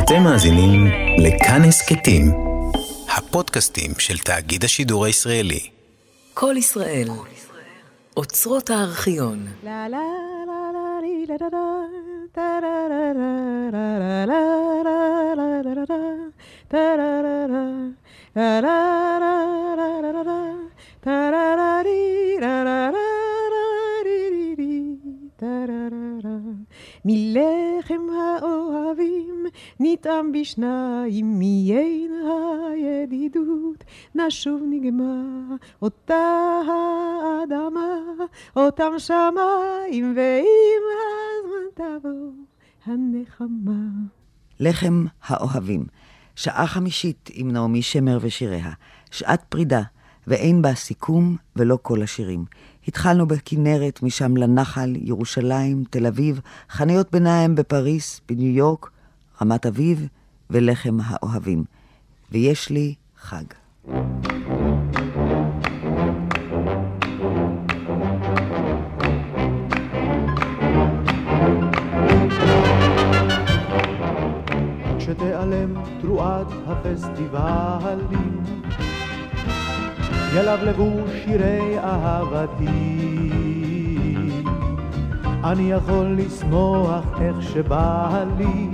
אתם מאזינים לכאן הסכתים, הפודקאסטים של תאגיד השידור הישראלי. כל ישראל, אוצרות הארכיון. מלחם האוהבים נטעם בשניים, מיין הידידות נשוב נגמר. אותה האדמה, אותם שמיים, ועם הזמן תבוא הנחמה. לחם האוהבים, שעה חמישית עם נעמי שמר ושיריה, שעת פרידה, ואין בה סיכום ולא כל השירים. התחלנו בכנרת, משם לנחל, ירושלים, תל אביב, חניות ביניים בפריס, בניו יורק, רמת אביב ולחם האוהבים. ויש לי חג. כשתיעלם תרועת הפסטיבלים, ילבלבו שירי אהבתי, אני יכול לשמוח איך שבא לי,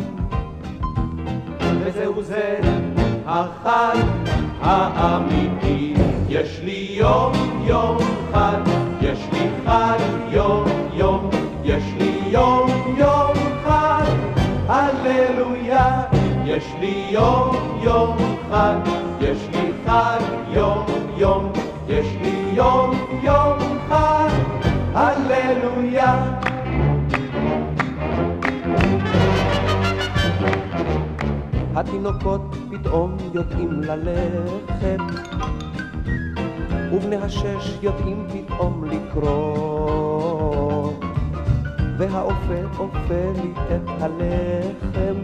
וזהו זה החג האמיתי. יש לי יום יום חג, יש לי חג יום יום, יש לי יום יום חג, הללויה. יש לי יום יום חג, יש לי חג יום יום, יש לי יום יום חג, הללויה. התינוקות פתאום יודעים ללכת, ובני השש יודעים פתאום לקרוא, והאופה אופה לי את הלחם,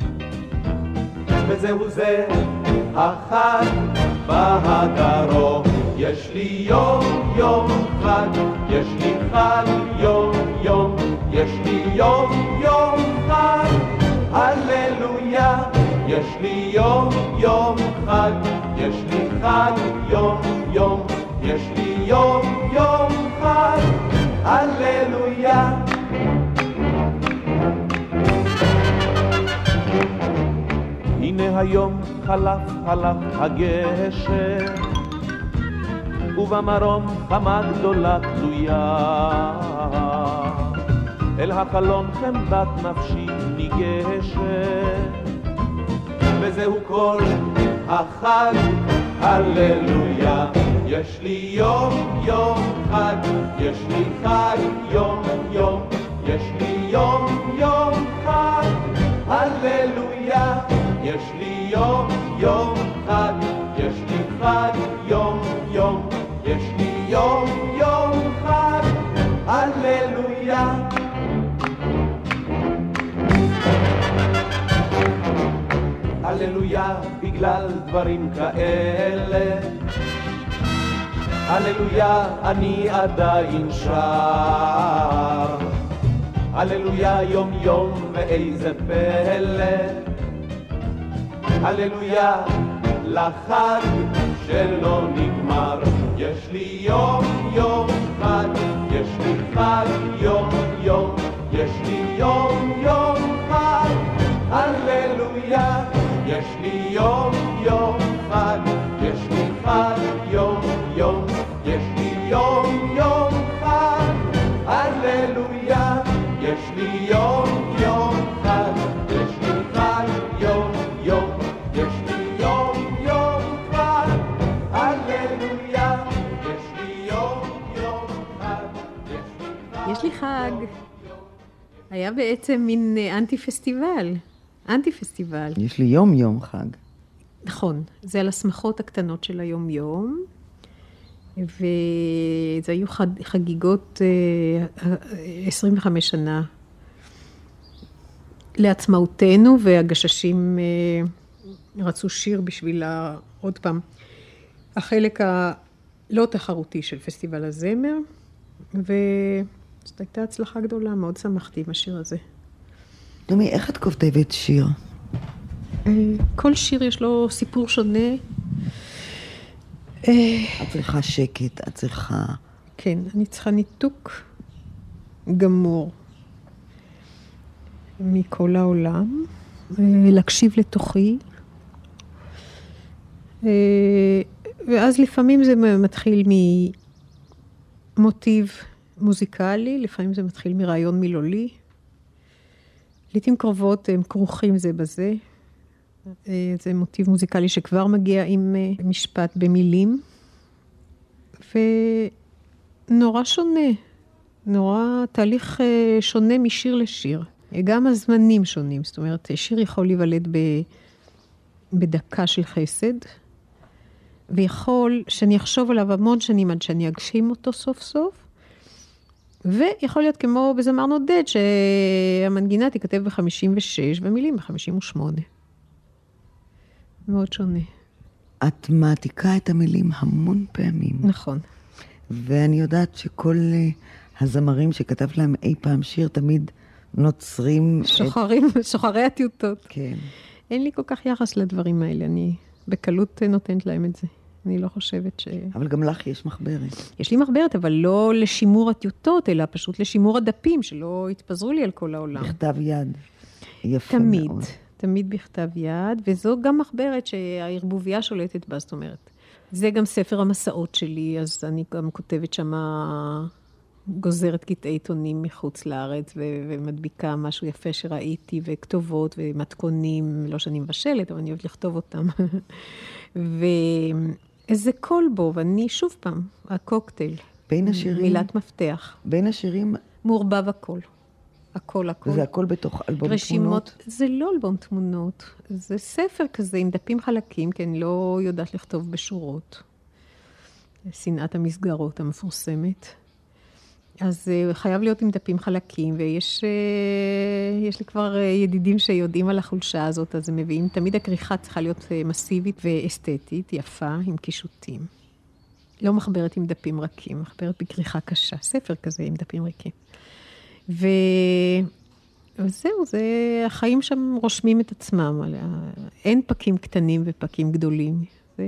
וזהו זה החג בהדרום. יש לי יום יום חג, יש לי חג יום יום, יש לי יום יום חג, הללויה. יש לי יום יום חג, יש לי חג יום יום, יש לי יום יום חג, הללויה. הנה היום חלף הגשם, ובמרום חמה גדולה תלויה, אל החלון חמדת נפשי ניגשת, וזהו כל החג, הללויה. יש לי יום יום חג, יש לי חג יום יום, יש לי יום יום חג, הללויה. יש לי יום יום חג, יש לי חג יום יום, יש לי יום יום חג, הללויה. הללויה בגלל דברים כאלה, הללויה אני עדיין שר, הללויה יום יום ואיזה פלא, הללויה לחג שלא נגמר. יש לי יום יום חג, יש לי חג יום יום, יש לי יום יום חג, הללויה. יש לי יום יום חג, יש לי חג יום יום, יש לי יום יום חג, הללויה. יש לי יום יום חג, יש לי חג יום יום, יש לי יום יום חג, הללויה. יש לי יום יום חג, יש לי חג. היה בעצם מין אנטי פסטיבל. יש לי יום יום חג. נכון, זה על השמחות הקטנות של היום יום, וזה היו חגיגות 25 שנה לעצמאותנו, והגששים רצו שיר בשביל עוד פעם, החלק הלא תחרותי של פסטיבל הזמר, וזאת הייתה הצלחה גדולה, מאוד שמחתי עם השיר הזה. נעמי, איך את כותבת שיר? כל שיר יש לו סיפור שונה. את צריכה שקט, את צריכה... כן, אני צריכה ניתוק גמור מכל העולם, להקשיב לתוכי. ואז לפעמים זה מתחיל ממוטיב מוזיקלי, לפעמים זה מתחיל מרעיון מילולי. לעתים קרובות הם כרוכים זה בזה. זה מוטיב מוזיקלי שכבר מגיע עם משפט במילים. ונורא שונה, נורא תהליך שונה משיר לשיר. גם הזמנים שונים, זאת אומרת, שיר יכול להיוולד בדקה של חסד, ויכול שאני אחשוב עליו המון שנים עד שאני אגשים אותו סוף סוף, ויכול להיות כמו בזמר נודד, שהמנגינה תיכתב ב-56 ומילים ב-58. מאוד שונה. את מעתיקה את המילים המון פעמים. נכון. ואני יודעת שכל הזמרים שכתב להם אי פעם שיר תמיד נוצרים... שוחרי הטיוטות. כן. אין לי כל כך יחס לדברים האלה, אני בקלות נותנת להם את זה. אני לא חושבת ש... אבל גם לך יש מחברת. יש לי מחברת, אבל לא לשימור הטיוטות, אלא פשוט לשימור הדפים, שלא יתפזרו לי על כל העולם. בכתב יד. יפה תמיד, מאוד. תמיד בכתב יד, וזו גם מחברת שהערבוביה שולטת בה, זאת אומרת. זה גם ספר המסעות שלי, אז אני גם כותבת שמה... גוזרת קטעי עיתונים מחוץ לארץ, ומדביקה משהו יפה שראיתי, וכתובות ומתכונים, לא שאני מבשלת, אבל אני אוהבת לכתוב אותם. ואיזה קול בו, ואני שוב פעם, הקוקטייל. בין השירים... מילת מפתח. בין השירים... מעורבב הכל. הכל. זה הכל בתוך אלבום רשימות, תמונות? זה לא אלבום תמונות. זה ספר כזה עם דפים חלקים, כי אני לא יודעת לכתוב בשורות. שנאת המסגרות המפורסמת. אז חייב להיות עם דפים חלקים, ויש לי כבר ידידים שיודעים על החולשה הזאת, אז הם מביאים, תמיד הכריכה צריכה להיות מסיבית ואסתטית, יפה, עם קישוטים. לא מחברת עם דפים רכים, מחברת בכריכה קשה, ספר כזה עם דפים ריקים. וזהו, החיים שם רושמים את עצמם, אין פקים קטנים ופקים גדולים,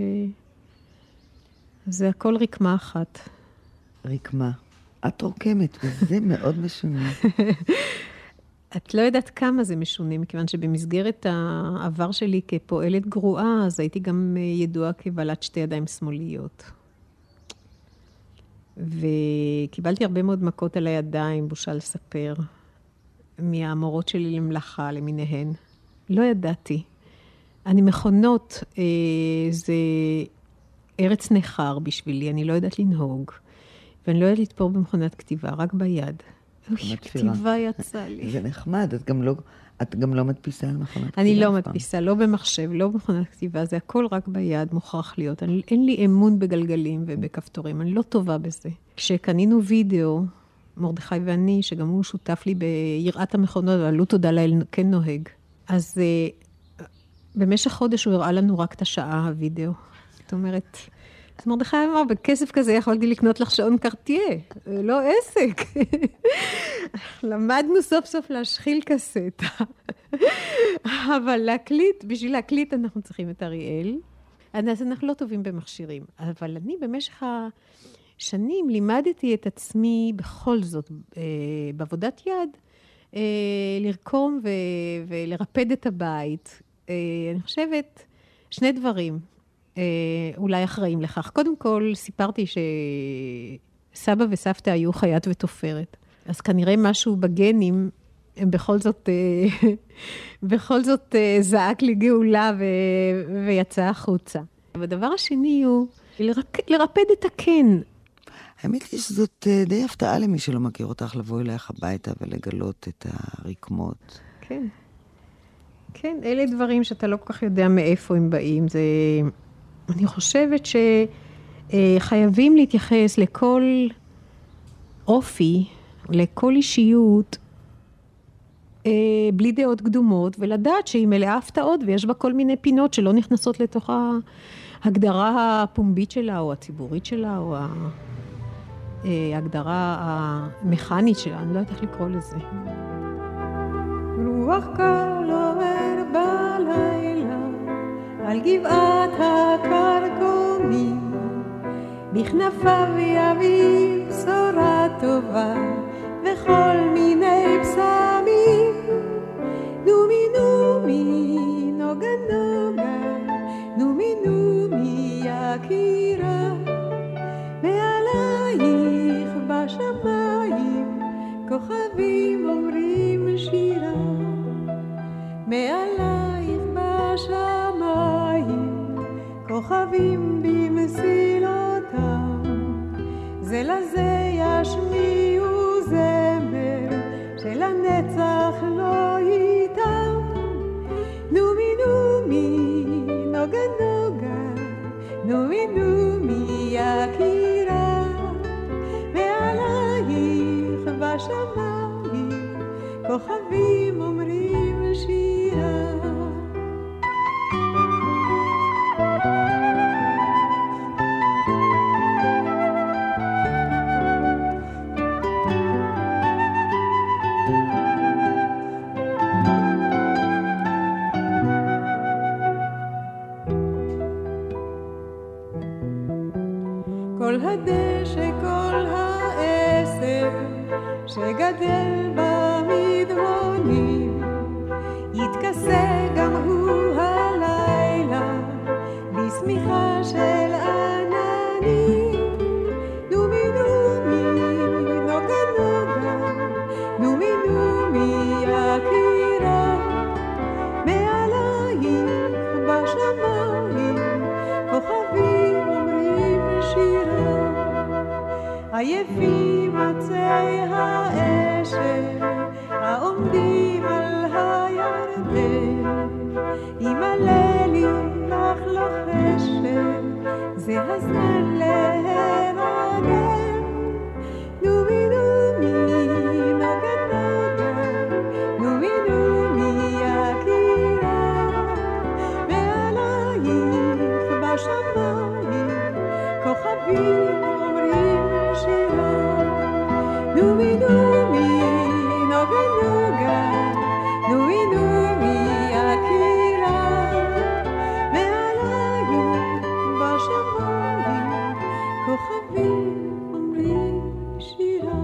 זה הכל רקמה אחת. רקמה. את רוקמת, וזה מאוד משונה. את לא יודעת כמה זה משונה, מכיוון שבמסגרת העבר שלי כפועלת גרועה, אז הייתי גם ידועה כבעלת שתי ידיים שמאליות. וקיבלתי הרבה מאוד מכות על הידיים, בושה לספר, מהמורות שלי למלאכה, למיניהן. לא ידעתי. אני מכונות, זה ארץ נחר בשבילי, אני לא יודעת לנהוג. ואני לא יודעת לתפור במכונת כתיבה, רק ביד. כתיבה יצאה לי. זה נחמד, את גם לא מדפיסה על מכונת כתיבה. אני לא מדפיסה, לא במחשב, לא במכונת כתיבה, זה הכל רק ביד, מוכרח להיות. אין לי אמון בגלגלים ובכפתורים, אני לא טובה בזה. כשקנינו וידאו, מרדכי ואני, שגם הוא שותף לי ביראת המכונות, ועלו תודה לאל, כן נוהג. אז במשך חודש הוא הראה לנו רק את השעה, הוידאו. זאת אומרת... אז מרדכי אמר, בכסף כזה יכולתי לקנות לך שעון קרטיה, לא עסק. למדנו סוף סוף להשחיל קסטה. אבל בשביל להקליט אנחנו צריכים את אריאל. אז אנחנו לא טובים במכשירים. אבל אני במשך השנים לימדתי את עצמי בכל זאת, בעבודת יד, לרקום ולרפד את הבית. אני חושבת שני דברים. אולי אחראים לכך. קודם כל, סיפרתי שסבא וסבתא היו חיית ותופרת. אז כנראה משהו בגנים, הם בכל זאת זעק לי גאולה ויצא החוצה. והדבר השני הוא לרפד את הקן. האמת היא שזאת די הפתעה למי שלא מכיר אותך, לבוא אלייך הביתה ולגלות את הרקמות. כן. כן, אלה דברים שאתה לא כל כך יודע מאיפה הם באים. אני חושבת שחייבים להתייחס לכל אופי, לכל אישיות, בלי דעות קדומות, ולדעת שהיא מלאה הפתעות, ויש בה כל מיני פינות שלא נכנסות לתוך ההגדרה הפומבית שלה, או הציבורית שלה, או ההגדרה המכנית שלה, אני לא יודעת איך לקרוא לזה. רוח קל עובר בלילה על גבעת הקרקומים, בכנפיו יביא בשורה טובה וכל מיני פסמים. נומי נומי נוגה נוגה, נומי נומי יקירה, מעלייך בשמיים כוכבים אומרים שירה. מעלייך בשמיים כוכבים במסילותם, זה לזה ישמיעו זמר שלנצח לא איתם. נומי נומי נוגה נוגה, נומי נומי יקירה, מעלייך בשמיים כוכבים אומרים שירה. כל הדשא, כל העשב שגדל במדרונים, יתכסה גם הוא הלילה בשמיכה של עננים. נומי נומי נוגה נוגה, נומי נומי יקירה, מעלייך בשמיים כוכבים אומרים שירה. עייפים עצי האשל העומדים על הירדן, אם הלילי לך לא חשב, זה הזמן להירדם. נומי נומי נוגה נוגה, נומי נומי יקירה, מעלייך בשמיים כוכבים אומרים שירה. נומי נומי נוגה נוגה, נומי נומי יקירה, מעלייך בשמיים כוכבים אומרים שירה.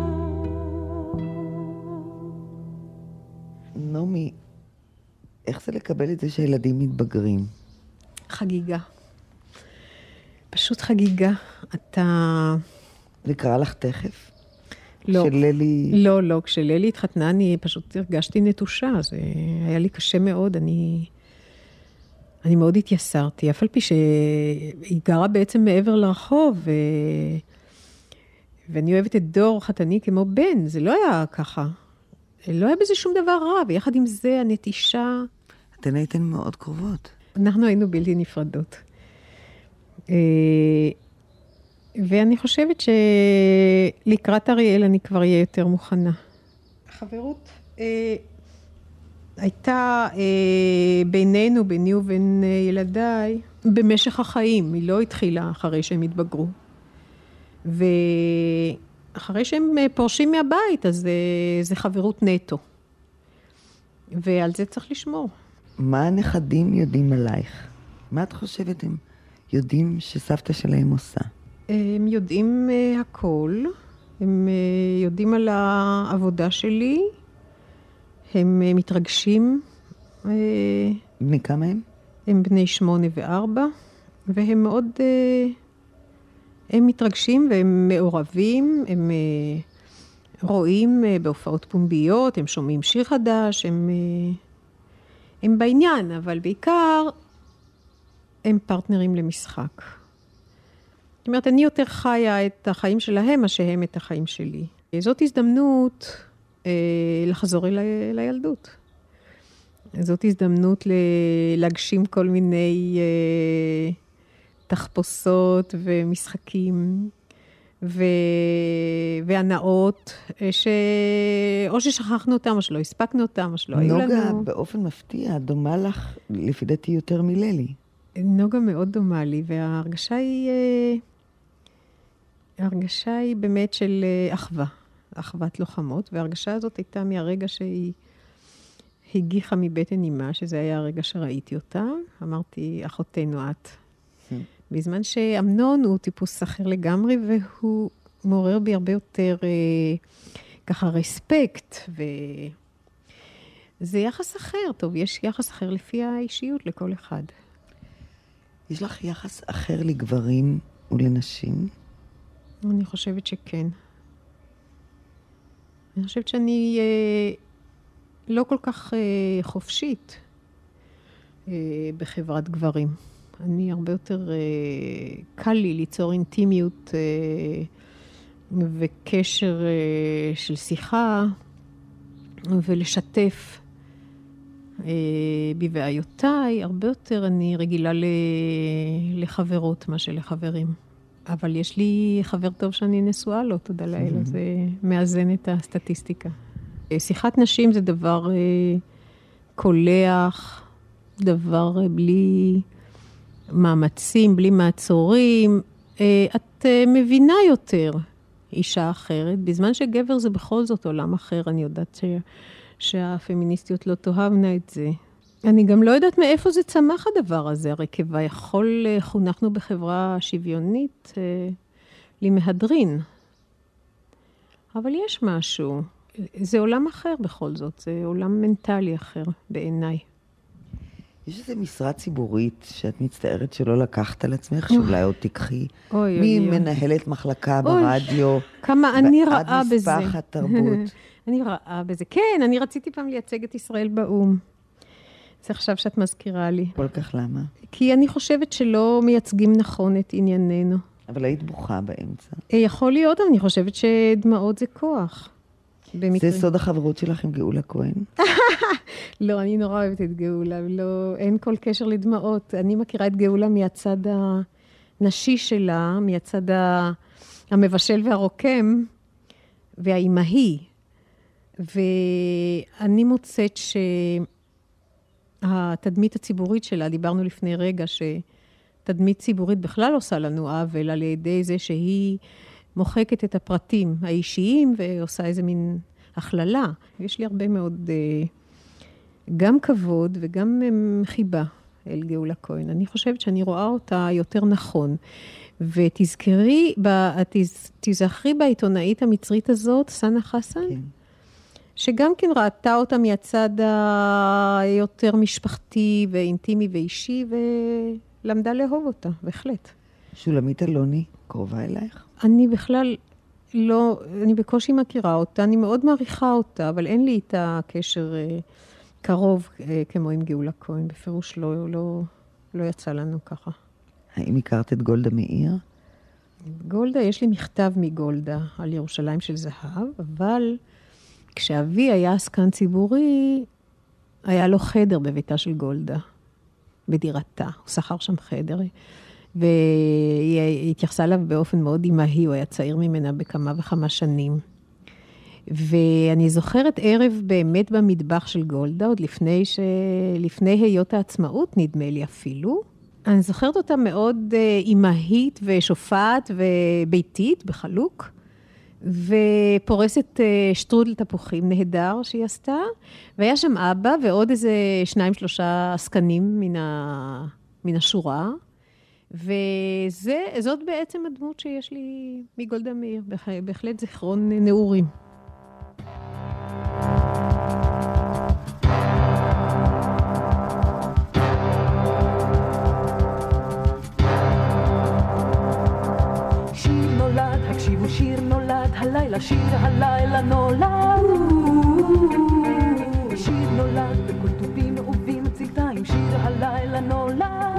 נעמי, איך זה לקבל את זה שילדים מתבגרים? חגיגה. פשוט חגיגה. אתה... זה קרה לך תכף? לא. כשללי... לא. כשללי התחתנה, אני פשוט הרגשתי נטושה. זה היה לי קשה מאוד. אני מאוד התייסרתי. אף על פי שהיא גרה בעצם מעבר לרחוב, ואני אוהבת את דור חתני כמו בן. זה לא היה ככה. לא היה בזה שום דבר רע. ויחד עם זה, הנטישה... אתן הייתן מאוד קרובות. אנחנו היינו בלתי נפרדות. ואני חושבת שלקראת אריאל אני כבר אהיה יותר מוכנה. החברות הייתה בינינו, ביני ובין ילדיי, במשך החיים. היא לא התחילה אחרי שהם התבגרו. ואחרי שהם פורשים מהבית, אז זה חברות נטו. ועל זה צריך לשמור. מה הנכדים יודעים עלייך? מה את חושבת הם יודעים שסבתא שלהם עושה? הם יודעים הכל. הם יודעים על העבודה שלי. הם מתרגשים. בני כמה הם? הם בני 8 ו4. והם מאוד... הם מתרגשים והם מעורבים. הם רואים בהופעות פומביות. הם שומעים שיר חדש. הם בעניין, אבל בעיקר הם פרטנרים למשחק. זאת אומרת, אני יותר חיה את החיים שלהם, מה שהם את החיים שלי. זאת הזדמנות לחזור אל הילדות. זאת הזדמנות להגשים כל מיני תחפושות ומשחקים והנאות, או ששכחנו אותם, או שלא הספקנו אותם, או שלא היו לנו. נוגה באופן מפתיע דומה לך לפי דעתי יותר מללי. נוגה מאוד דומה לי, וההרגשה היא באמת של אחווה, אחוות לוחמות, וההרגשה הזאת הייתה מהרגע שהיא הגיחה מבטן אימה, שזה היה הרגע שראיתי אותה. אמרתי, אחותנו את. בזמן שאמנון הוא טיפוס אחר לגמרי, והוא מעורר בי הרבה יותר ככה רספקט, וזה יחס אחר. טוב, יש יחס אחר לפי האישיות לכל אחד. יש לך יחס אחר לגברים ולנשים? אני חושבת שכן. אני חושבת שאני לא כל כך חופשית בחברת גברים. אני הרבה יותר קל לי ליצור אינטימיות וקשר של שיחה ולשתף בבעיותיי. הרבה יותר אני רגילה לחברות מה שלחברים. אבל יש לי חבר טוב שאני נשואה לו, תודה לאל, זה מאזן את הסטטיסטיקה. שיחת נשים זה דבר קולח, דבר בלי מאמצים, בלי מעצורים. את מבינה יותר אישה אחרת, בזמן שגבר זה בכל זאת עולם אחר. אני יודעת שהפמיניסטיות לא תאהבנה את זה. אני גם לא יודעת מאיפה זה צמח הדבר הזה, הרי כביכול חונכנו בחברה שוויונית למהדרין. אבל יש משהו, זה עולם אחר בכל זאת, זה עולם מנטלי אחר בעיניי. יש איזו משרה ציבורית שאת מצטערת שלא לקחת על עצמך, שאולי עוד תיקחי ממנהלת מחלקה ברדיו, כמה אני רעה בזה. ועד נספחת תרבות. אני רעה בזה. כן, אני רציתי פעם לייצג את ישראל באום. זה עכשיו שאת מזכירה לי. כל כך למה? כי אני חושבת שלא מייצגים נכון את ענייננו. אבל היית בוכה באמצע. יכול להיות, אבל אני חושבת שדמעות זה כוח. זה סוד החברות שלך עם גאולה כהן? לא, אני נורא אוהבת את גאולה, אין כל קשר לדמעות. אני מכירה את גאולה מהצד הנשי שלה, מהצד המבשל והרוקם, והאימהי. ואני מוצאת שהתדמית הציבורית שלה, דיברנו לפני רגע, שתדמית ציבורית בכלל עושה לנו עוול, על ידי זה שהיא מוחקת את הפרטים האישיים, ועושה איזה מין הכללה. יש לי הרבה מאוד גם כבוד וגם חיבה אל גאולה כהן. אני חושבת שאני רואה אותה יותר נכון. ותזכרי בעיתונאית המצרית הזאת, סנה חסן, כן. שגם כן ראתה אותה מהצד היותר משפחתי ואינטימי ואישי, ולמדה לאהוב אותה, בהחלט. שולמית אלוני, קרובה אלייך? אני בכלל לא, אני בקושי מכירה אותה, אני מאוד מעריכה אותה, אבל אין לי איתה קשר קרוב כמו עם גאולה כהן, בפירוש לא יצא לנו ככה. האם הכרת את גולדה מאיר? גולדה, יש לי מכתב מגולדה על ירושלים של זהב, אבל כשאבי היה עסקן ציבורי, היה לו חדר בביתה של גולדה, בדירתה, הוא שכר שם חדר, והיא התייחסה אליו באופן מאוד אימהי, הוא היה צעיר ממנה בכמה וכמה שנים. ואני זוכרת ערב באמת במטבח של גולדה, עוד לפני היות העצמאות, נדמה לי אפילו. אני זוכרת אותה מאוד אימהית ושופעת וביתית בחלוק, ופורסת שטרודל תפוחים נהדר שהיא עשתה, והיה שם אבא ועוד איזה 2-3 עסקנים מן השורה, וזאת בעצם הדמות שיש לי מגולדה מאיר, בהחלט זיכרון נעורים. שיר נולד, הקשיבו שיר נולד, הלילה שיר הלילה נולד. שיר נולד בכל טובים מעובים צלתיים, שיר הלילה נולד.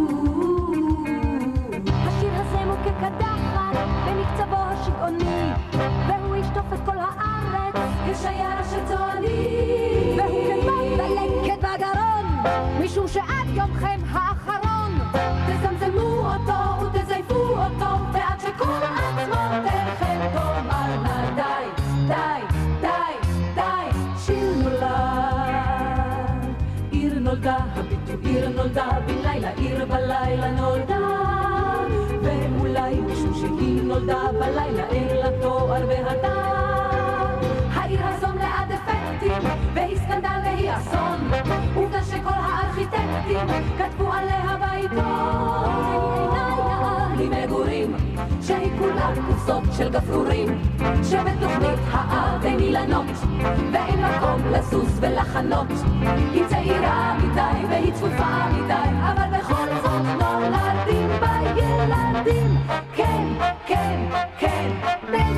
השיר הזה מוכה קדחת במקצבו השגעוני, והוא ישטוף את כל הארץ כשיירה של צועני, והוא כמעט דלקת בגרון, משום שעד יומכם האחרון תזמזמו אותו ותזייפו אותו, ועד שכל עצמותיכם תאמרנה די, די, די, די. שיר נולד, עיר נולדה, הביטו עיר נולדה, בן לילה עיר בלילה נולדה, ואולי משום שהיא נולדה בלילה אין לה תואר והדר, העיר הזו מלאה דפקטים והיא סקנדל והיא אסון, עובדה שכל הארכיטקטים כתבו עליה בעיתון. היא מגורים שהיא כולה קופסות של גפרורים, שבתוכנית האב אין אילנות ואין מקום לסוס ולחנות. היא צעירה מדי והיא צפופה מדי, אבל בכל זאת נולדים בה ילדים. כן, כן, כן, בן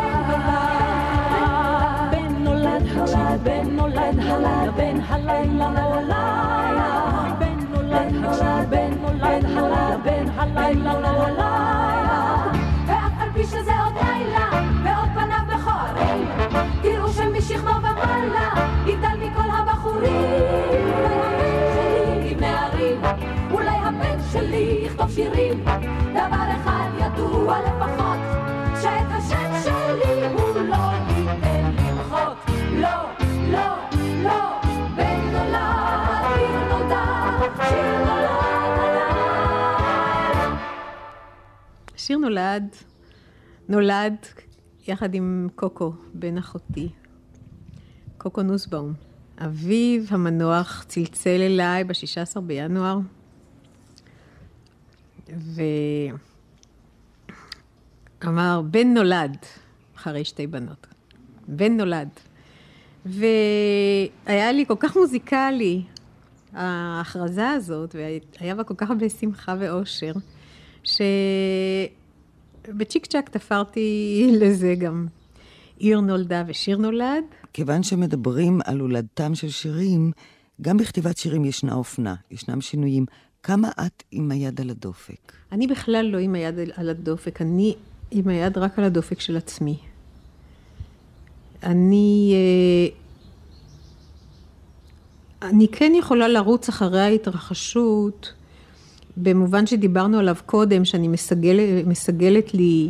נולד הלילה, בן נולד הלילה, בן הלילה ללילה, בן נולד הלילה, בן נולד הלילה, בן הלילה ללילה. ואף על פי שזה עוד לילה ועוד פניו מכוערים, תראו שמשכמו ומעלה יגדל מכל הבחורים. אולי הבן שלי יבנה ערים, אולי הבן שלי יכתוב שירים. דבר אחד ידוע לפחות, שאת השם שלי הוא לא ייתן למחות. לא, לא, לא, בן נולד, עיר נולדה, שיר נולד. שיר נולד יחד עם קוקו, בן אחותי, קוקו נוסבאום. אביו המנוח צלצל אליי ב-16 בינואר, ואמר, בן נולד, אחרי 2 בנות. בן נולד. והיה לי כל כך מוזיקלי, ההכרזה הזאת, והיה בה כל כך הרבה שמחה ואושר, שבצ'יק צ'ק תפרתי לזה גם עיר נולדה ושיר נולד. כיוון שמדברים על הולדתם של שירים, גם בכתיבת שירים ישנה אופנה, ישנם שינויים. כמה את עם היד על הדופק? אני בכלל לא עם היד על הדופק, אני עם היד רק על הדופק של עצמי. אני כן יכולה לרוץ אחרי ההתרחשות, במובן שדיברנו עליו קודם, שאני מסגלת לי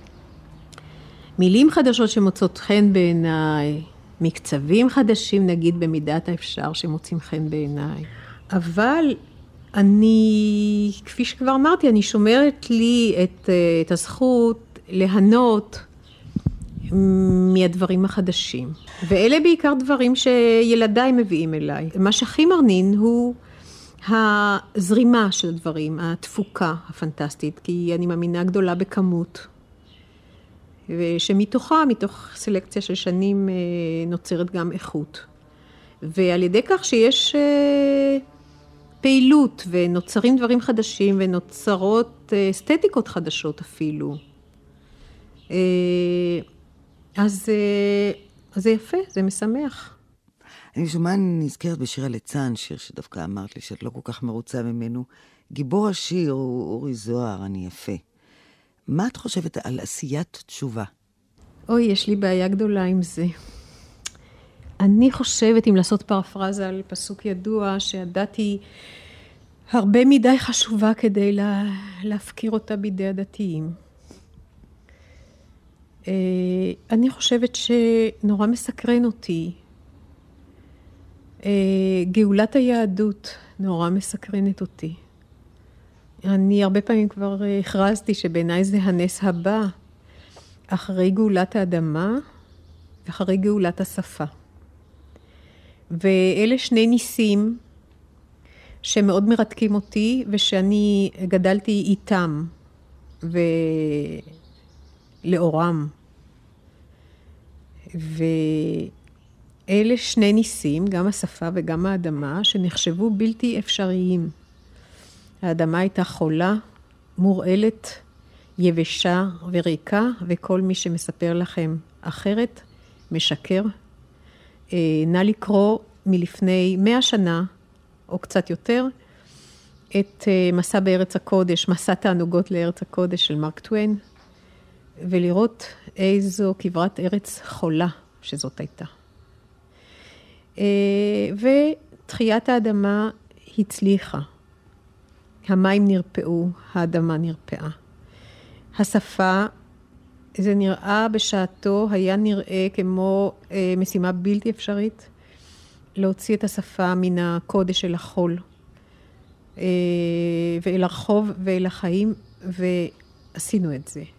מילים חדשות שמוצאות חן בעיניי, מקצבים חדשים, נגיד במידת האפשר, שמוצאים חן בעיניי. אבל אני, כפי שכבר אמרתי, אני שומרת לי את הזכות להנות מהדברים החדשים. ואלה בעיקר דברים שילדיי מביאים אליי. מה שהכי מרנין הוא הזרימה של הדברים, התפוקה הפנטסטית, כי אני מאמינה גדולה בכמות. ושמתוכה, מתוך סלקציה של שנים, נוצרת גם איכות. ועל ידי כך שיש פעילות ונוצרים דברים חדשים ונוצרות אסתטיקות חדשות אפילו. אז זה יפה, זה משמח. אני שומעה נזכרת בשיר הליצן, שיר שדווקא אמרת לי שאת לא כל כך מרוצה ממנו. גיבור השיר הוא אורי זוהר, אני יפה. מה את חושבת על עשיית תשובה? אוי, יש לי בעיה גדולה עם זה. אני חושבת, אם לעשות פרפרזה על פסוק ידוע, שהדת היא הרבה מדי חשובה כדי להפקיר אותה בידי הדתיים. אני חושבת שנורא מסקרן אותי. גאולת היהדות נורא מסקרנת אותי. אני הרבה פעמים כבר הכרזתי שבעיניי זה הנס הבא, אחרי גאולת האדמה ואחרי גאולת השפה. ואלה שני ניסים שמאוד מרתקים אותי, ושאני גדלתי איתם ולאורם. ואלה שני ניסים, גם השפה וגם האדמה, שנחשבו בלתי אפשריים. האדמה הייתה חולה, מורעלת, יבשה וריקה, וכל מי שמספר לכם אחרת משקר. נא לקרוא מלפני 100 שנה, או קצת יותר, את מסע בארץ הקודש, מסע תענוגות לארץ הקודש של מרק טוויין, ולראות איזו כברת ארץ חולה שזאת הייתה. ותחיית האדמה הצליחה. המים נרפאו, האדמה נרפאה. השפה, זה נראה בשעתו, היה נראה כמו משימה בלתי אפשרית, להוציא את השפה מן הקודש של החול, ואל הרחוב ואל החיים, ועשינו את זה.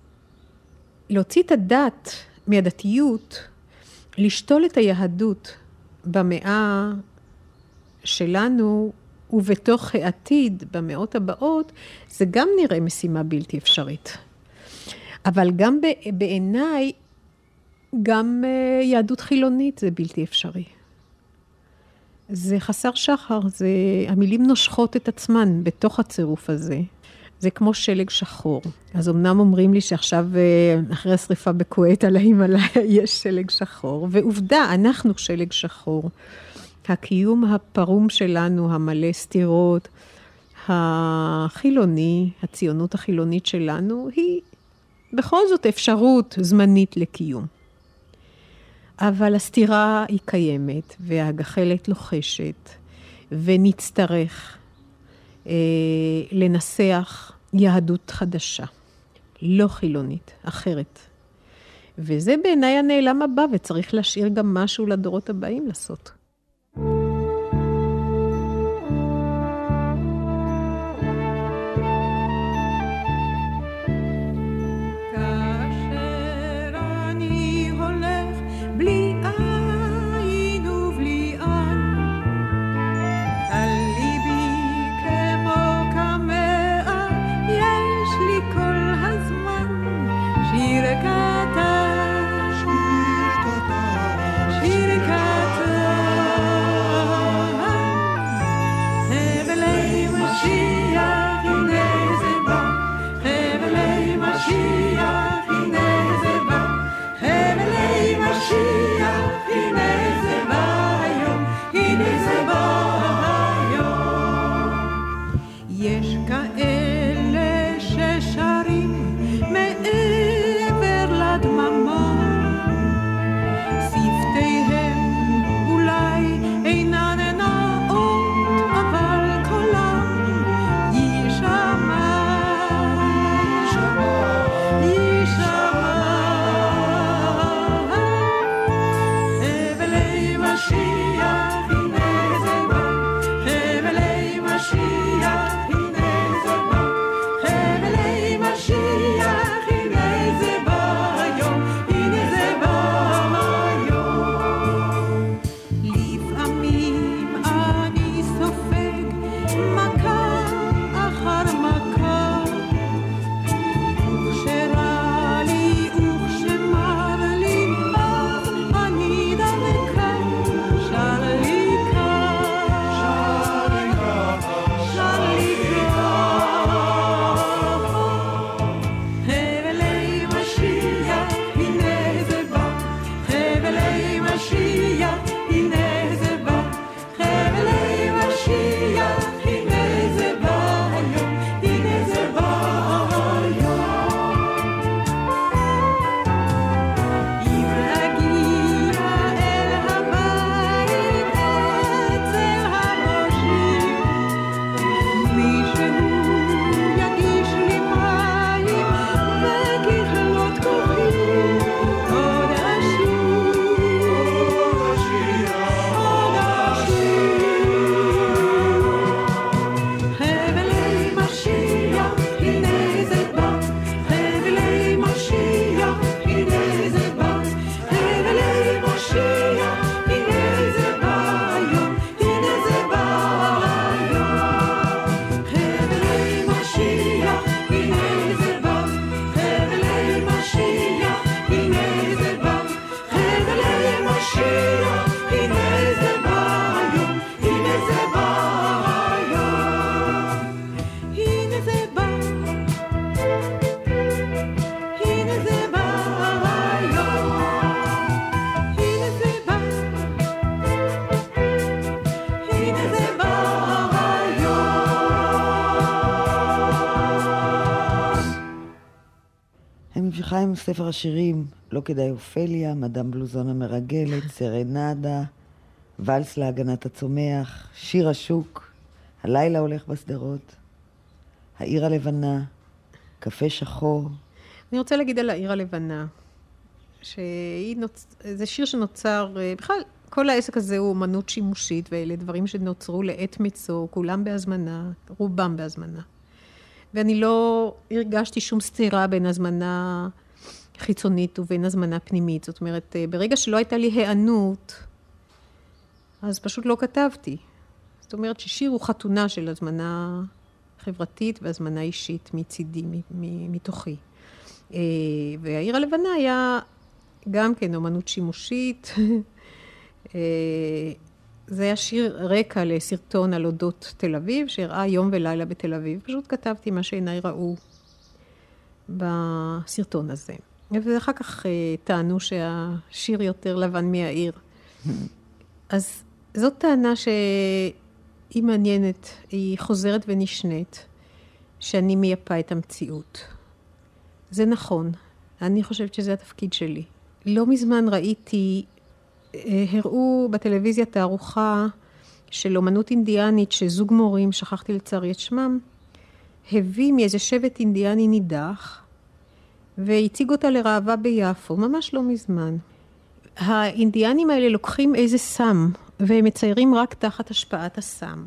להוציא את הדת מהדתיות, לשתול את היהדות במאה שלנו, ובתוך העתיד, במאות הבאות, זה גם נראה משימה בלתי אפשרית. אבל גם בעיניי, גם יהדות חילונית זה בלתי אפשרי. זה חסר שחר, המילים נושכות את עצמן בתוך הצירוף הזה. זה כמו שלג שחור. אז אמנם אומרים לי שעכשיו, אחרי השריפה בכווית על ההימאליה, יש שלג שחור. ועובדה, אנחנו שלג שחור. הקיום הפרום שלנו, המלא סתירות, החילוני, הציונות החילונית שלנו, היא בכל זאת אפשרות זמנית לקיום. אבל הסתירה היא קיימת, והגחלת לוחשת, ונצטרך לנסח יהדות חדשה, לא חילונית, אחרת. וזה בעיניי הנעלם הבא, וצריך להשאיר גם משהו לדורות הבאים לעשות. ממשיכה עם ספר השירים, לא כדאי אופליה, מדאם בלוזון המרגלת, סרנדה, ולס להגנת הצומח, שיר השוק, הלילה הולך בסדרות, העיר הלבנה, קפה שחור. אני רוצה להגיד על העיר הלבנה, זה שיר שנוצר, בכלל כל העסק הזה הוא אומנות שימושית, ואלה דברים שנוצרו לעת מצוא, כולם בהזמנה, רובם בהזמנה. ואני לא הרגשתי שום סתירה בין הזמנה חיצונית ובין הזמנה פנימית. זאת אומרת, ברגע שלא הייתה לי הענות, אז פשוט לא כתבתי. זאת אומרת ששיר הוא חתונה של הזמנה חברתית והזמנה אישית מצידי, מתוכי. והעיר הלבנה היה גם כן אומנות שימושית. זה היה שיר רקע לסרטון על אודות תל אביב, שהראה יום ולילה בתל אביב. פשוט כתבתי מה שעיניי ראו בסרטון הזה. ואחר כך טענו שהשיר יותר לבן מהעיר. אז זאת טענה שהיא מעניינת, היא חוזרת ונשנית, שאני מייפה את המציאות. זה נכון, אני חושבת שזה התפקיד שלי. לא מזמן ראיתי, הראו בטלוויזיה תערוכה של אומנות אינדיאנית, שזוג מורים, שכחתי לצערי את שמם, הביא מאיזה שבט אינדיאני נידח, והציג אותה לראווה ביפו, ממש לא מזמן. האינדיאנים האלה לוקחים איזה סם, והם מציירים רק תחת השפעת הסם.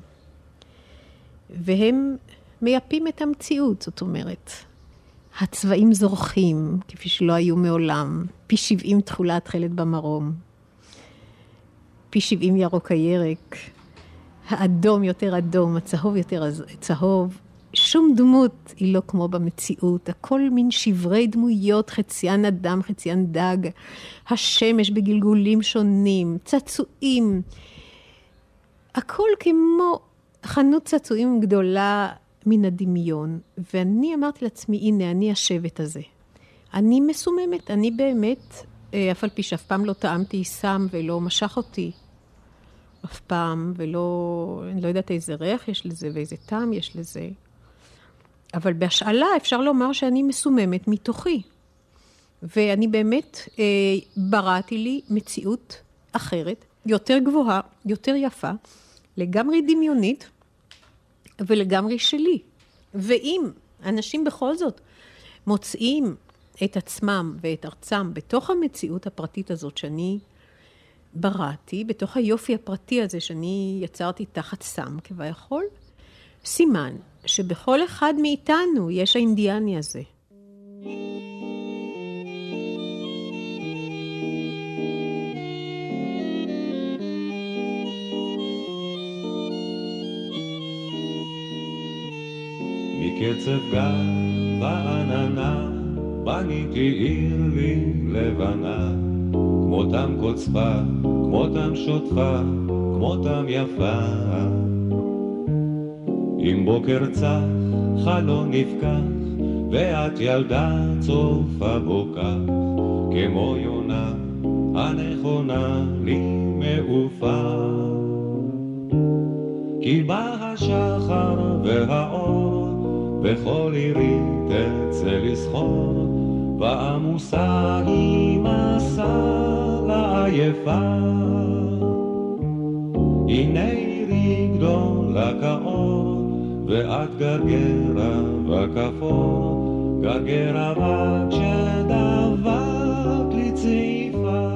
והם מייפים את המציאות, זאת אומרת. הצבעים זורחים, כפי שלא היו מעולם. פי 70 תכולה התחלת במרום. פי 70 ירוק הירק. האדום יותר אדום, הצהוב יותר צהוב. שום דמות היא לא כמו במציאות. הכל מין שברי דמויות, חציין אדם, חציין דג. השמש בגלגולים שונים, צעצועים. הכל כמו חנות צעצועים גדולה מן הדמיון. ואני אמרתי לעצמי, הנה, אני השבט הזה. אני מסוממת, אני באמת, אף על פי שאף פעם לא טעמתי סם ולא משך אותי. אף פעם, ולא, אני לא יודעת איזה ריח יש לזה ואיזה טעם יש לזה. אבל בהשאלה אפשר לומר שאני מסוממת מתוכי. ואני באמת בראתי לי מציאות אחרת, יותר גבוהה, יותר יפה, לגמרי דמיונית ולגמרי שלי. ואם אנשים בכל זאת מוצאים את עצמם ואת ארצם בתוך המציאות הפרטית הזאת שאני בראתי, בתוך היופי הפרטי הזה שאני יצרתי תחת סם כביכול, סימן שבכל אחד מאיתנו יש האינדיאני הזה. מקצב גל ועננה בניתי עיר לי לבנה, כמותם קוצפה, כמותם שוטפה, כמותם יפה. עם בוקר צח חלון נפקח ואת ילדה צופה בו כך, כמו יונה הנכונה לי מעופה. כי בא השחר והאור בכל עירי תצא לסחור, ועמוסה היא מסע לעייפה. הנה עירי גדולה כאור ואת גרגרה בכפור, גרגרה בת שדבק לי צעיפה.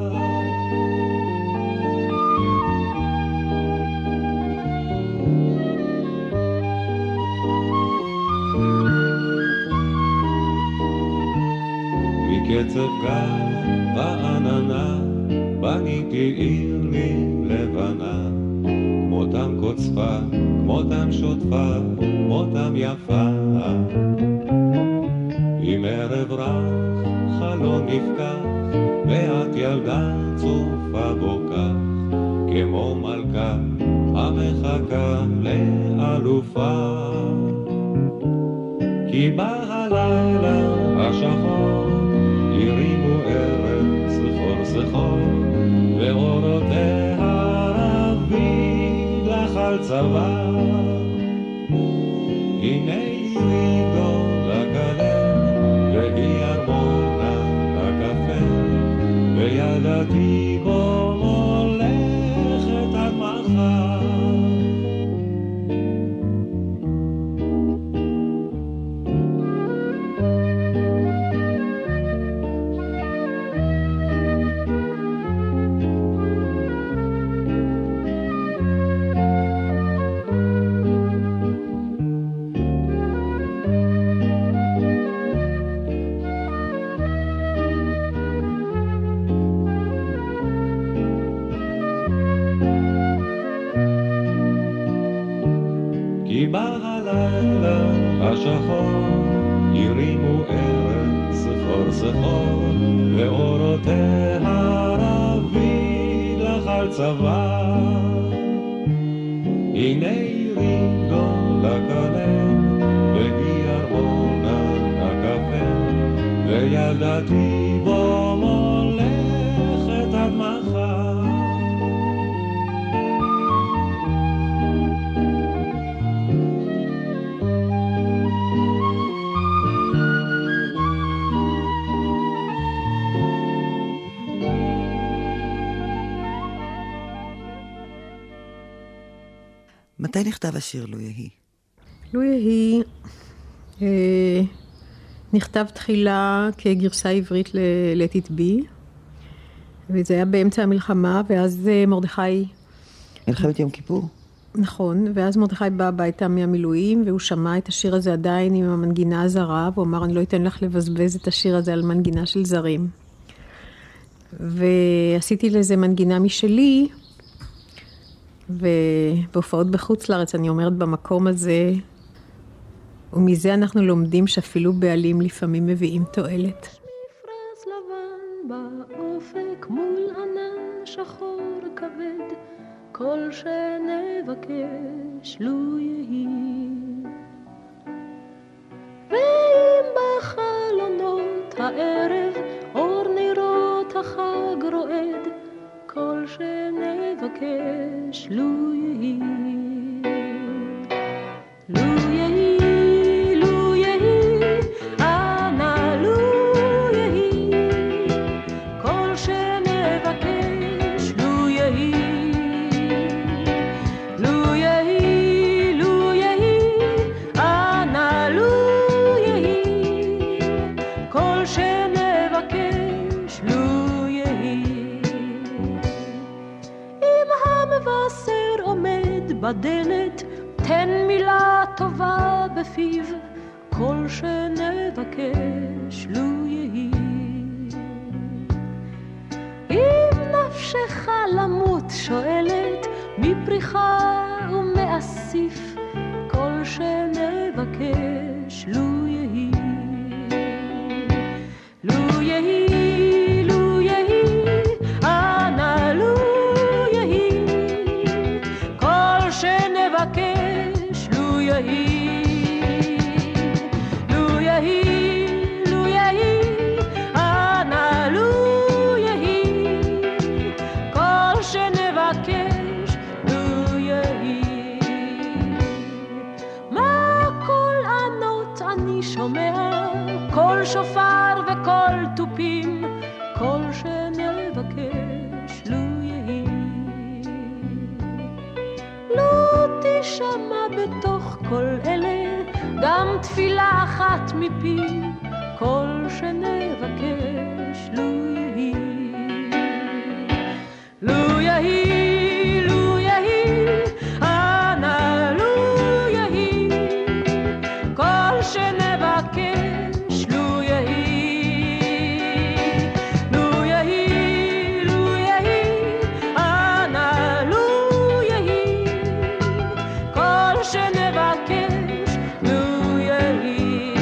מקצב גל ועננה בניתי עיר לי לבנה, כמותם קוצפה, כמותם שוטפה, כמותם יפה. עם ערב רך חלון נפקח ואת ילדה צופה בו כך, כמו מלכה המחכה לאלופה. כי בא הלילה השחור הרימו ארץ סחור סחור, ואורותיה רבים לך על צוואר. הנה עירי גדולה כלב והיא ארמונה הקפה, וילדתי בו מולכת עד מחר. כי בא הלילה השחור, הרימו ארץ סחור סחור, ואורותיה רביד לך על צבא. הנה רינגו לקלם, והיא ארמונה הקפה, וילדתי בו מולכת עד מחר. מתי נכתב השיר לו יהי? לו יהי נכתב תחילה כגרסה עברית ל-Let It Be, וזה היה באמצע המלחמה, ואז מרדכי... מלחמת יום כיפור? נכון, ואז מרדכי בא הביתה מהמילואים, והוא שמע את השיר הזה עדיין עם המנגינה הזרה, והוא אמר, אני לא אתן לך לבזבז את השיר הזה על מנגינה של זרים. ועשיתי לזה מנגינה משלי, ובהופעות בחוץ לארץ אני אומרת במקום הזה, ומזה אנחנו לומדים שאפילו בעלים לפעמים מביאים תועלת. מפרש לבן באופק מול ענן שחור כבד, כל שנבקש לו יהי. ואם בחלונות הערב אור נרות החג רועד, כל שנבקש לו יהי. לו יהי, לו יהי, אנא לו יהי, כל שנבקש לו יהי. לו יהי, לו יהי, אנא לו יהי, כל שנבקש לו יהי. אם המבשר עומד בדלת, תן מילה טובה בפיו, כל שנבקש לו יהי. אם נפשך למות שואלת, מפריחה ומאסיף, כל שנבקש לו יהי. לו יהי, לו יהי, אנא לו יהי, כל שנבקש לו יהי. לו יהי, לו יהי, אנא לו יהי, כל שנבקש לו יהי. מה כל ענות אני שומע, כל שופר וכל טופים, כל שנבקש לו יהי. לא תשמע בתוך כל אלה גם תפילה אחת מפי, כל שנבקש לו יהי. לו יהי, לו יהי, אנא לו יהי, כל שנבקש לו יהי. לו יהי, לו יהי, אנא לו יהי, כל שנבקש לו יהי.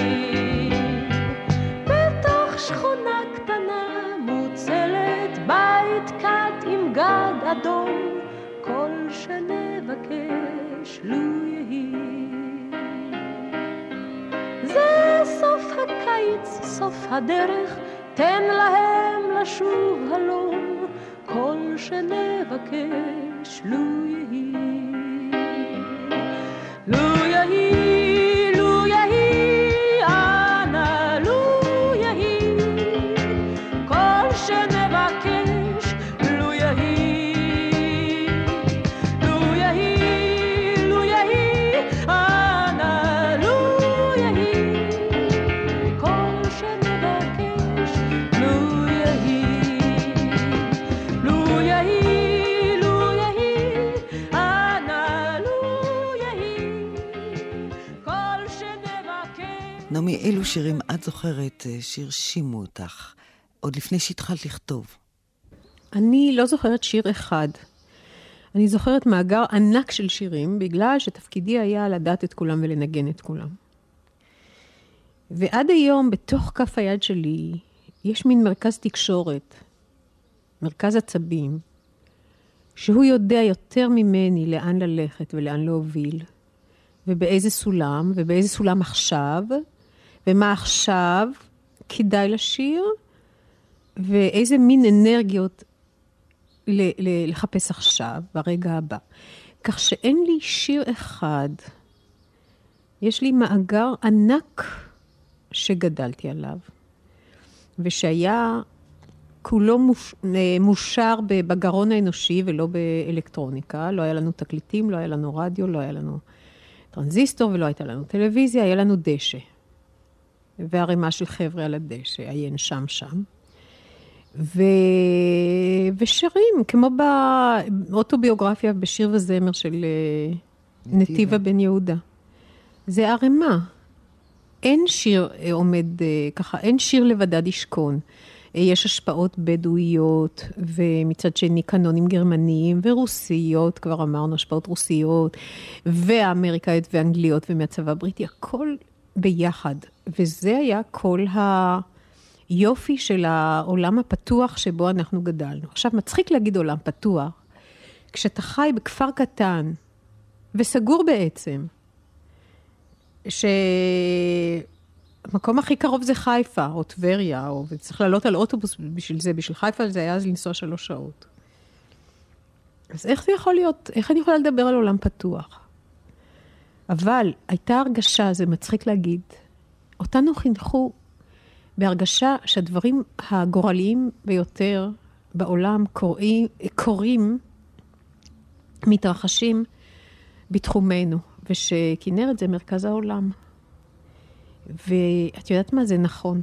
בתוך שכונה קטנה מוצלת, בית קט עם גג אדום, כל שנבקש לו יהי. זה סוף הקיץ, סוף הדרך, תן להם לשוב הלום, כל שנבקש לו יהי. לו יהי, לו יהי, אנא לו יהי, כל שנבקש לו יהי. לו יהי, לו יהי, אנא לו יהי, כל שנבקש לו יהי. לו יהי, לו יהי, אנא לו יהי, כל שנבקש. נעמי, אילו שירים את זוכרת שהרשימו אותך, עוד לפני שהתחלת לכתוב? אני לא זוכרת שיר אחד, אני זוכרת מאגר ענק של שירים, בגלל שתפקידי היה לדעת את כולם ולנגן את כולם. ועד היום, בתוך כף היד שלי, יש מין מרכז תקשורת, מרכז עצבים, שהוא יודע יותר ממני לאן ללכת ולאן להוביל, ובאיזה סולם, ובאיזה סולם עכשיו, ומה עכשיו כדאי לשיר, ואיזה מין אנרגיות לחפש עכשיו, ברגע הבא. כך שאין לי שיר אחד, יש לי מאגר ענק שגדלתי עליו, ושהיה כולו מושר בגרון האנושי ולא באלקטרוניקה. לא היה לנו תקליטים, לא היה לנו רדיו, לא היה לנו טרנזיסטור ולא הייתה לנו טלוויזיה, היה לנו דשא. והרימה של חבר'ה על הדשא, עיין שם. ושירים, כמו באוטוביוגרפיה בשיר וזמר של נתיבה בן יהודה. זה הרימה. אין שיר עומד ככה, אין שיר לבדד ישכון. יש השפעות בדואיות, ומצד שני קנונים גרמניים ורוסיות, כבר אמרנו, השפעות רוסיות, ואמריקאיות ואנגליות ומהצבא הבריטי, הכל ביחד. וזה היה כל היופי של העולם הפתוח שבו אנחנו גדלנו. עכשיו, מצחיק להגיד עולם פתוח, כשאתה חי בכפר קטן, וסגור בעצם, המקום הכי קרוב זה חיפה, או טבריה, וצריך לעלות על אוטובוס בשביל זה, בשביל חיפה זה היה אז לנסוע 3 שעות. אז איך זה יכול להיות? איך אני יכולה לדבר על עולם פתוח? אבל הייתה הרגשה, זה מצחיק להגיד, אותנו חינכו בהרגשה שהדברים הגורליים ביותר בעולם קורים, מתרחשים בתחומנו, ושכנרת זה מרכז העולם. ואת יודעת מה? זה נכון.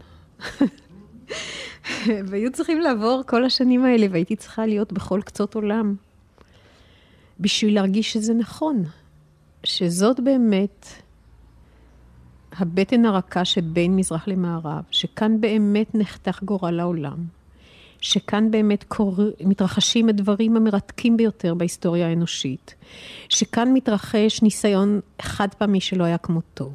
והיו צריכים לעבור כל השנים האלה, והייתי צריכה להיות בכל קצות עולם, בשביל להרגיש שזה נכון. שזאת באמת הבטן הרכה שבין מזרח למערב, שכאן באמת נחתך גורל העולם, שכאן באמת מתרחשים הדברים המרתקים ביותר בהיסטוריה האנושית, שכאן מתרחש ניסיון חד פעמי שלא היה כמותו.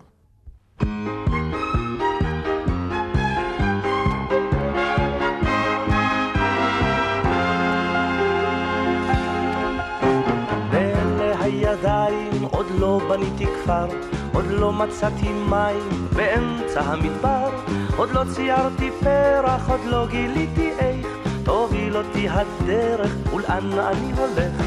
הידיים עוד לא בניתי כפר, עוד לא מצאתי מים באמצע המדבר, עוד לא ציירתי פרח, עוד לא גיליתי איך תוביל אותי הדרך ולאן אני הולך.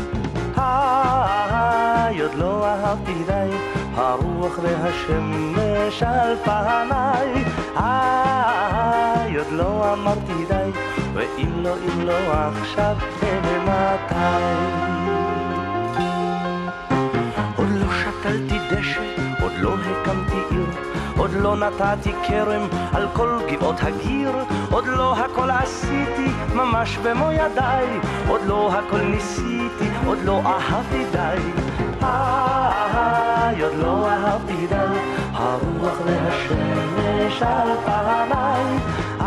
עוד לא אהבתי די הרוח והשמש על פניי, עוד לא אמרתי די, ואם לא עכשיו ומתי. עוד לא שתלתי דשא, עוד לא הקמתי עיר, עוד לא נתתי כרם על כל גבעות הגיר, עוד לא הכל עשיתי ממש במו ידיי, עוד לא הכל ניסיתי, עוד לא אהבתי די. עוד לא אהבתי די הרוח והשמש על פניי,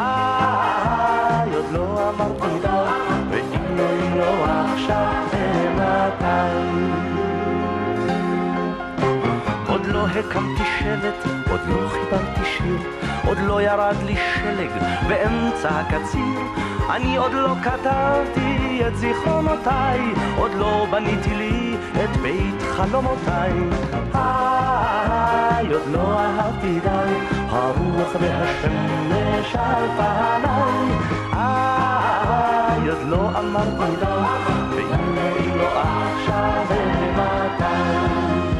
עוד לא אמרתי די, ואם לא עכשיו ומתי. עוד לא הקמתי שבט, עוד לא חיברתי שיר, עוד לא ירד לי שלג באמצע הקציר, אני עוד לא כתבתי את זיכרונותיי, עוד לא בניתי לי את בית חלומותיי. עוד לא אהבתי די הרוח והשמש על פניי, עוד לא אמרתי די, ואם לא עכשיו ומתי.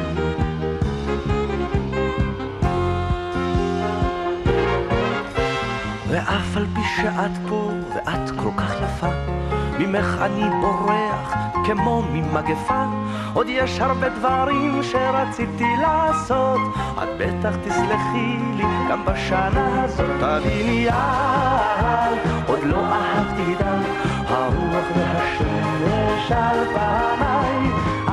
ואף על פי שאת פה ואת כל כך יפה, ממך אני בורח כמו ממגפה, עוד יש הרבה דברים שרציתי לעשות, את בטח תסלחי לי גם בשנה הזאת. תביני עוד לא אהבתי די הרוח והשמש על פניי,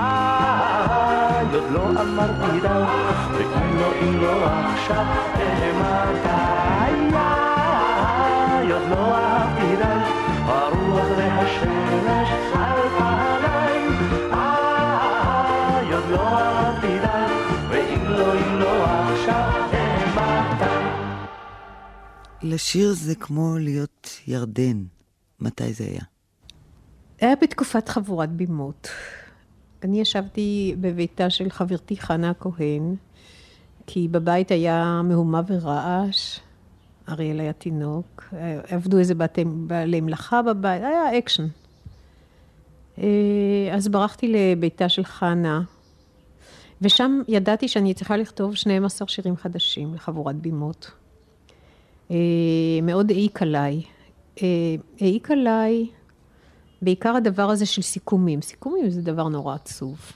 עוד לא אמרתי די, ואם לא עכשיו ומתי. עוד לא אהבתי די הרוח והשמש על פניי, לשיר זה כמו להיות ירדן. מתי זה היה? היה בתקופת חבורת בימות. אני ישבתי בביתה של חברתי חנה הכהן, כי בבית היה מהומה ורעש. אריאל היה תינוק. עבדו איזה בעלי מלאכה בבית. היה אקשן. אז ברחתי לביתה של חנה, ושם ידעתי שאני צריכה לכתוב 12 שירים חדשים לחבורת בימות. מאוד העיק עליי. העיק עליי בעיקר הדבר הזה של סיכומים. סיכומים זה דבר נורא עצוב.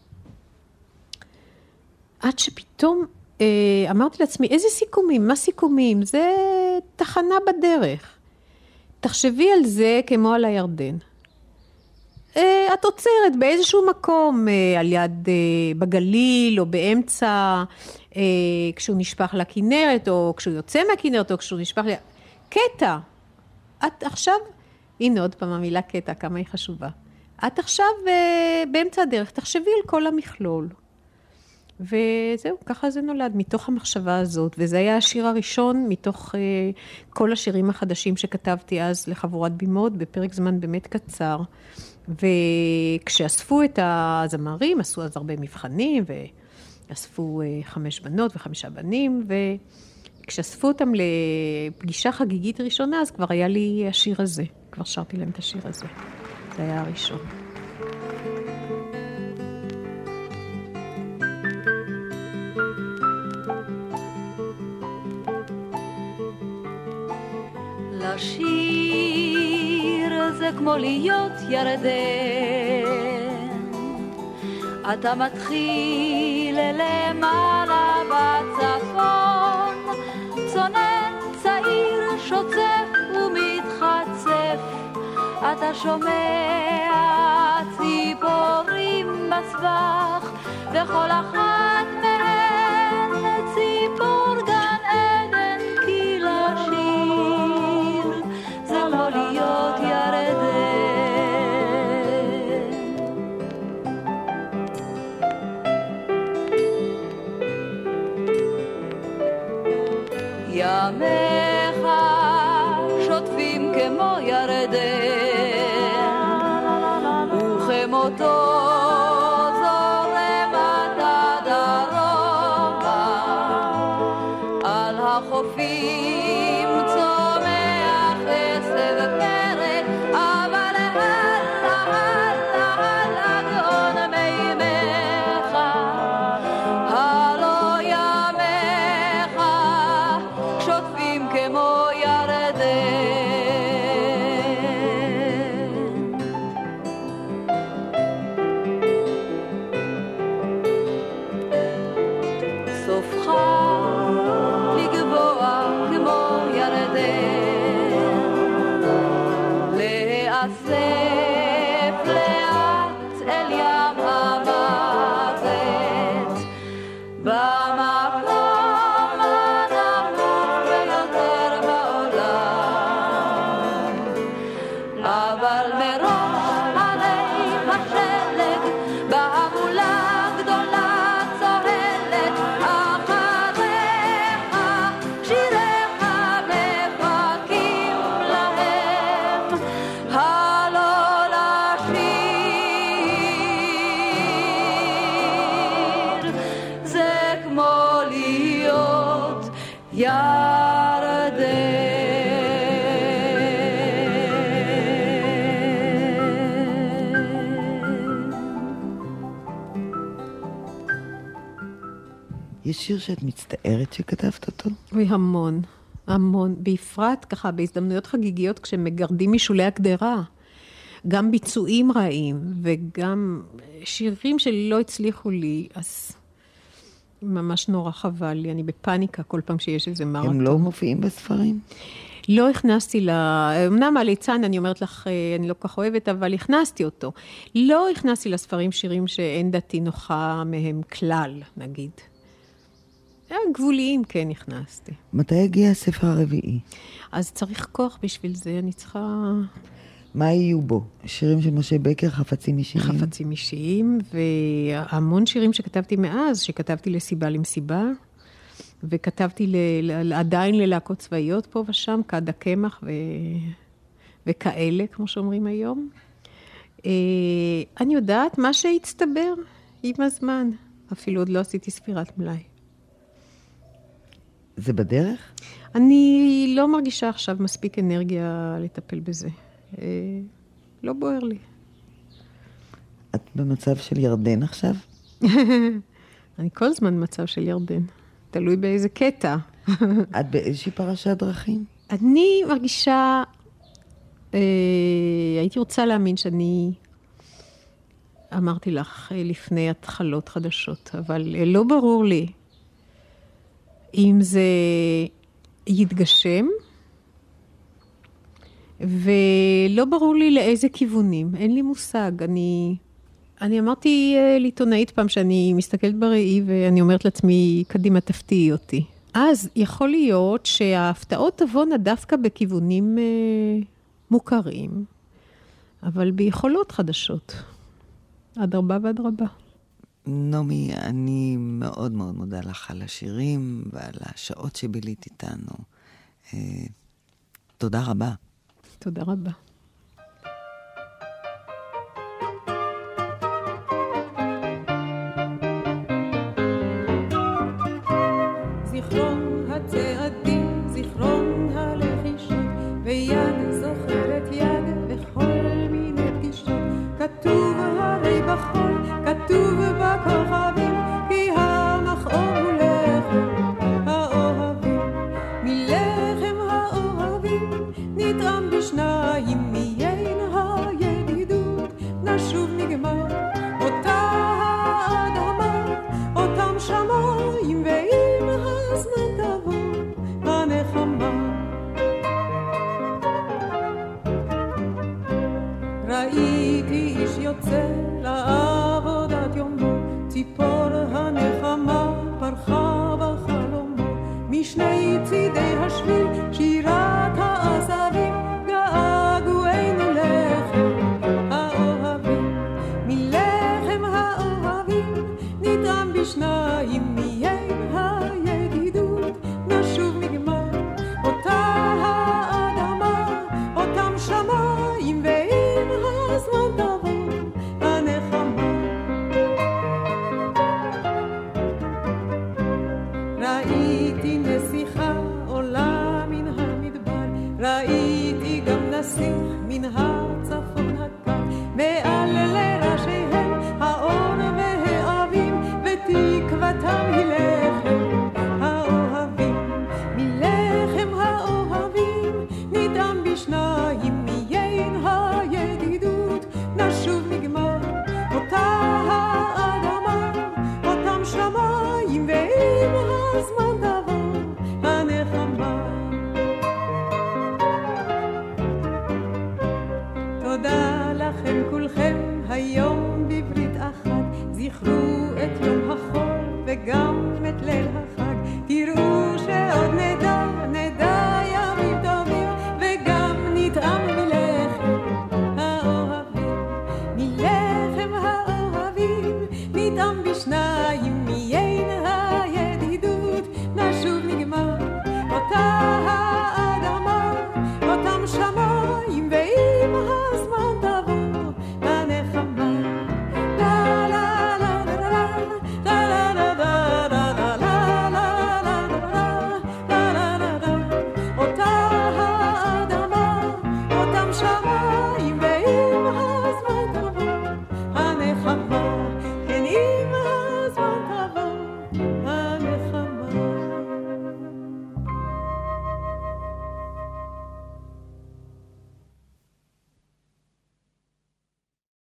עד שפתאום אמרתי לעצמי, איזה סיכומים? מה סיכומים? זה תחנה בדרך. תחשבי על זה כמו על הירדן. את עוצרת באיזשהו מקום, על יד בגליל או באמצע, כשהוא נשפך לכנרת, או כשהוא יוצא מהכנרת, או כשהוא נשפך קטע. את עכשיו, הנה עוד פעם המילה קטע, כמה היא חשובה. את עכשיו באמצע הדרך, תחשבי על כל המכלול. וזהו, ככה זה נולד, מתוך המחשבה הזאת, וזה היה השיר הראשון מתוך כל השירים החדשים שכתבתי אז לחבורת בימות, בפרק זמן באמת קצר. וכשאספו את הזמרים, עשו אז הרבה מבחנים, ואספו 5 בנות ו5 בנים, וכשאספו אותם לפגישה חגיגית ראשונה, אז כבר היה לי השיר הזה, כבר שרתי להם את השיר הזה. זה היה הראשון. לשיר זה כמו להיות ירדן, אתה מתחיל למעלה בצפון, צונן צעיר שוצף ומתחצף, אתה שומע ציפורים בסבך, וכל אחת מהן ציפור גן עדן, כי לשיר זה כמו להיות ירדן. ימיך שוטפים כמו ירדן, וכמותו זורם אתה דרומה, על החופים צומח עשב פרא, אבל הלאה גאון מימיך, הלא ימיך שוטפים כמו ירדן. סופך לגבוה כמו ירדן, להיאסף לאט אל ים המוות, במקום הנמוך ביותר בעולם, אבל מראש הרי השלג בהמולה גדולה צוהלת, אחריך שיריך מחכים להם, הלא לשיר זה כמו להיות ירדן. יש שיר שאת מצטערת שכתבת אותו? אוי, המון, המון. בפרט ככה, בהזדמנויות חגיגיות, כשמגרדים משולי הקדרה. גם ביצועים רעים, וגם שירים שלא הצליחו לי, אז ממש נורא חבל לי. אני בפניקה כל פעם שיש איזה מרתון. הם לא מופיעים בספרים? לא הכנסתי אמנם הליצן, אני אומרת לך, אני לא כך אוהבת, אבל הכנסתי אותו. לא הכנסתי לספרים שירים שאין דעתי נוחה מהם כלל, נגיד. גבוליים כן הכנסתי. מתי הגיע הספר הרביעי? אז צריך כוח בשביל זה, אני צריכה... מה יהיו בו? שירים של משה בקר, חפצים אישיים? חפצים אישיים, והמון שירים שכתבתי מאז, שכתבתי לסיבה למסיבה, וכתבתי עדיין ללהקות צבאיות פה ושם, כד הקמח וכאלה, כמו שאומרים היום. אני יודעת מה שהצטבר עם הזמן. אפילו עוד לא עשיתי ספירת מלאי. זה בדרך? אני לא מרגישה עכשיו מספיק אנרגיה לטפל בזה. לא בוער לי. את במצב של ירדן עכשיו? אני כל זמן במצב של ירדן. תלוי באיזה קטע. את באיזושהי פרשת דרכים? אני מרגישה... הייתי רוצה להאמין שאני... אמרתי לך לפני התחלות חדשות, אבל לא ברור לי אם זה יתגשם, ולא ברור לי לאיזה כיוונים. אין לי מושג. אני אמרתי לעיתונאית פעם שאני מסתכלת בראי, ואני אומרת לעצמי, קדימה תפתיעי אותי. אז יכול להיות שההפתעות תבואנה דווקא בכיוונים מוכרים, אבל ביכולות חדשות. אדרבה ואדרבה. נעמי, אני מאוד מאוד מודה לך על השירים ועל השעות שבילית איתנו. תודה רבה. תודה רבה. זיכרון הצעדים, זיכרון הלחישות, ויד זוכרת יד בכל מיני פגישות. כתוב הרי בחול, כתוב בכוכבים, כי המכאוב הוא לחם האוהבים. מלחם האוהבים נטעם בשניים, מיין הידידות נשוב נגמר. אותה האדמה, אותם שמיים, ואם הזמן תבוא הנחמה. ראיתי איש יוצא לעבודת יומו, ציפור הנחמה פרחה בחלומו. משני צידי השביל שירת העשבים, געגועינו לחם האוהבים. מלחם האוהבים נטעם בשניים, מיין הידידות נשוב נגמר. אותה האדמה, אותם שמיים, ואם הזמן תבוא הנחמה. ראיתי נסיכה עולה מן המדבר, ראיתי גם נסיך מן הצפון הקר. מעל לראשיהם האור והאבים, ותקוותם היא לחם האוהבים. מלחם האוהבים נטעם בשניים, מיין הידידות נשוב נגמר. אותה האדמה, אותם שמיים, ואם הזמן תבוא הנחמה. תודה לכם כולכם היום בברית אחת. זכרו את יום החול וגם את ליל החג. תראו שעוד נדע ימים טובים, וגם נטעם מלחם האוהבים. מלחם האוהבים נטעם בשניים, מיין הידידות נשוב נגמר. אותה האדמה, אותם שמיים, ואם הזמן תבוא הנחמה. לה לה לה לה לה לה לה לה לה לה לה לה. אותה האדמה, אותם שמיים.